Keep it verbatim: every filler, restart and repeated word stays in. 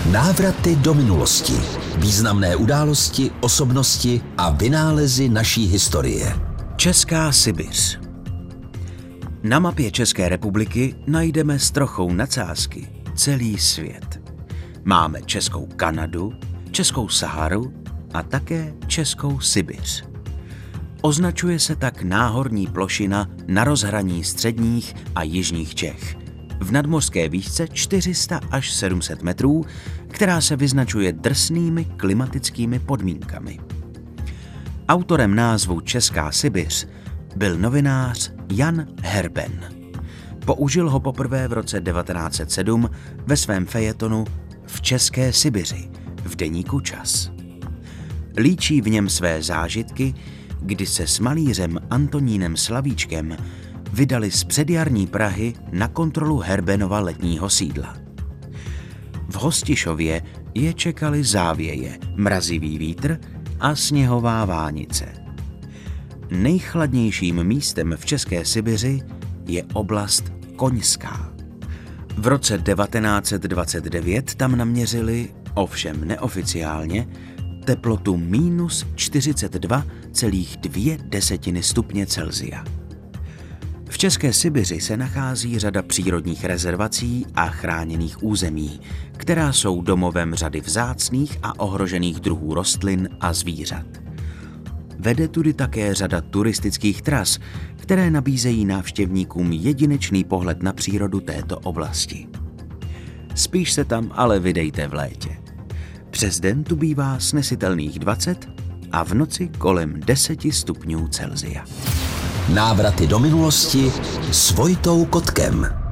Návraty do minulosti. Významné události, osobnosti a vynálezy naší historie. Česká Sibiř. Na mapě České republiky najdeme s trochou nadsázky celý svět. Máme Českou Kanadu, Českou Saharu a také Českou Sibiř. Označuje se tak náhorní plošina na rozhraní středních a jižních Čech, v nadmořské výšce čtyři sta až sedm set metrů, která se vyznačuje drsnými klimatickými podmínkami. Autorem názvu Česká Sibiř byl novinář Jan Herben. Použil ho poprvé v roce devatenáct set sedm ve svém fejetonu V České Sibiři v deníku Čas. Líčí v něm své zážitky, kdy se s malířem Antonínem Slavíčkem vydali z předjarní Prahy na kontrolu Herbenova letního sídla. V Hostišově je čekali závěje, mrazivý vítr a sněhová vánice. Nejchladnějším místem v České Sibiři je oblast Koňská. V roce devatenáct set dvacet devět tam naměřili, ovšem neoficiálně, teplotu minus čtyřicet dva celá dvě desetiny stupně Celsia. V České Sibiři se nachází řada přírodních rezervací a chráněných území, která jsou domovem řady vzácných a ohrožených druhů rostlin a zvířat. Vede tudy také řada turistických tras, které nabízejí návštěvníkům jedinečný pohled na přírodu této oblasti. Spíš se tam ale vydejte v létě. Přes den tu bývá snesitelných dvacet a v noci kolem deset stupňů Celsia. Návraty do minulosti s Vojtou Kotkem.